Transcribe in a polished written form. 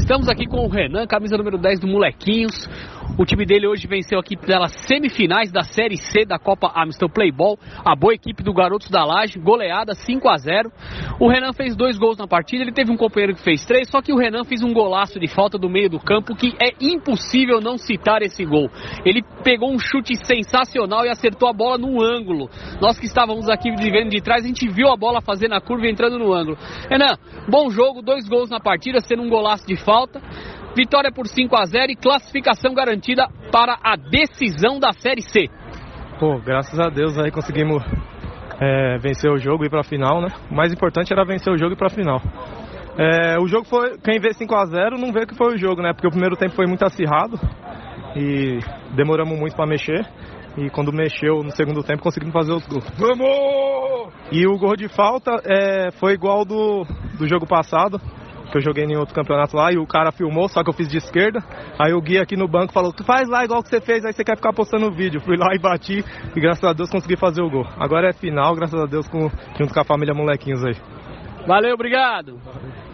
Estamos aqui com o Renan, camisa número 10 do Molequinhos. O time dele hoje venceu aqui pelas semifinais da Série C da Copa Amistel Playball. A boa equipe do Garotos da Laje, goleada 5-0. O Renan fez 2 gols na partida, ele teve um companheiro que fez 3, só que o Renan fez um golaço de falta do meio do campo que é impossível não citar esse gol. Ele pegou um chute sensacional e acertou a bola no ângulo. Nós que estávamos aqui vendo de trás, a gente viu a bola fazendo a curva e entrando no ângulo. Renan, bom jogo, 2 gols na partida, sendo um golaço de falta. Vitória por 5-0 e classificação garantida para a decisão da Série C. Pô, graças a Deus aí conseguimos vencer o jogo e ir pra final, né? O mais importante era vencer o jogo e ir pra final. O jogo foi, quem vê 5-0 não vê que foi o jogo, né? Porque o primeiro tempo foi muito acirrado e demoramos muito pra mexer. E quando mexeu no segundo tempo conseguimos fazer os gols. Vamos! E o gol de falta foi igual do jogo passado, que eu joguei em outro campeonato lá, e o cara filmou, só que eu fiz de esquerda. Aí o Gui aqui no banco falou, tu faz lá igual que você fez, aí você quer ficar postando o vídeo. Fui lá e bati, e graças a Deus consegui fazer o gol. Agora é final, graças a Deus, junto com a família Molequinhos aí. Valeu, obrigado!